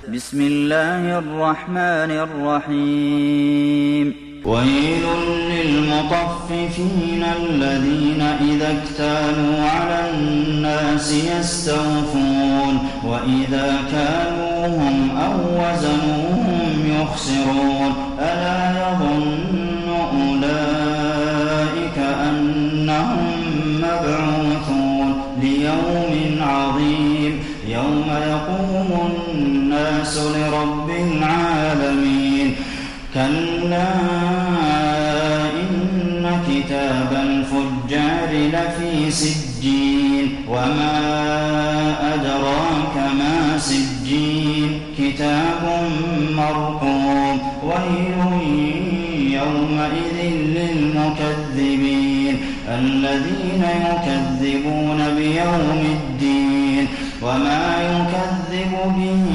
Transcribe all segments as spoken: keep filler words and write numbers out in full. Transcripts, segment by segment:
بسم الله الرحمن الرحيم ويل للمطففين الذين إذا اكتالوا على الناس يستوفون وإذا كالوهم أو وزنوهم يخسرون ألا يظن أولئك أنهم مبعوثون ليوم عظيم يوم يقوم الناس لرب العالمين كلا إن كتاب الفجار لفي سجين وما أدراك ما سجين كتاب مرقوم ويل يومئذ للمكذبين الذين يكذبون بيوم الدين وما يكذب به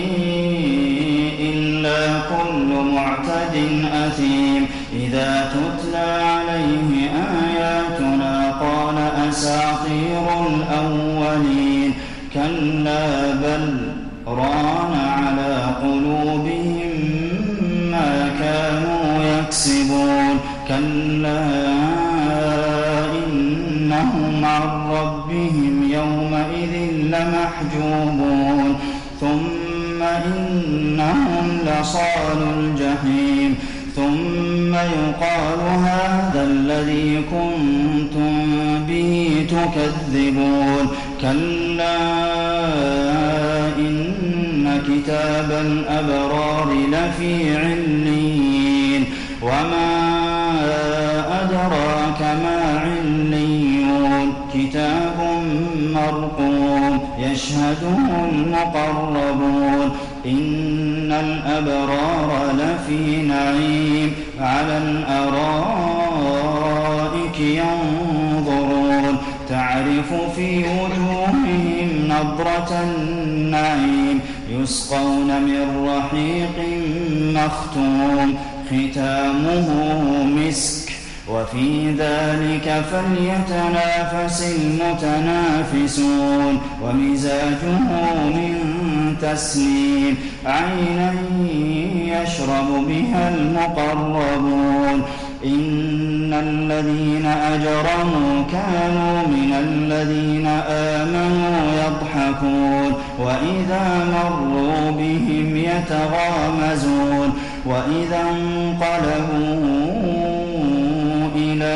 إلا كل معتد أثيم إذا تتلى عليه آياتنا قال أساطير الأولين كلا بل ران على قلوبهم ما كانوا يكسبون كلا إنهم عن ربهم يومئذ لمحجوبون ثم إنهم لصالو الجحيم ثم يقال هذا الذي كنتم به تكذبون كلا إن كتاب الأبرار لفي عليين وما أدراك ما عليون كتاب مرقوم يشهده المقربون إن الأبرار لفي نعيم على الأرائك ينظرون تعرف في وجوههم نضرة النعيم يسقون من رحيق مختوم ختامه مسك وفي ذلك فليتنافس المتنافسون ومزاجه من تسنيم عينا يشرب بها المقربون إن الذين أجرموا كانوا من الذين آمنوا يضحكون وإذا مروا بهم يتغامزون وإذا انقلبوا إلى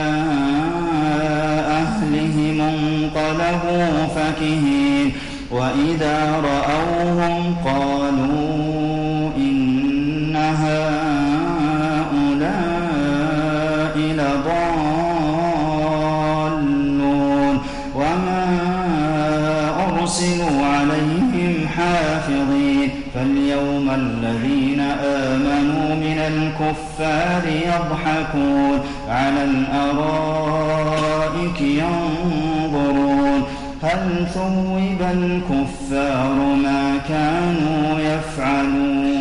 أهلهم انقلبوا فكهين وإذا رأوهم قالوا إن هؤلاء لضالون وما أرسلوا عليهم حافظين فاليوم الذين آمنوا من الكفار يضحكون على الأرائك ينظرون هل ثوب الكفار ما كانوا يفعلون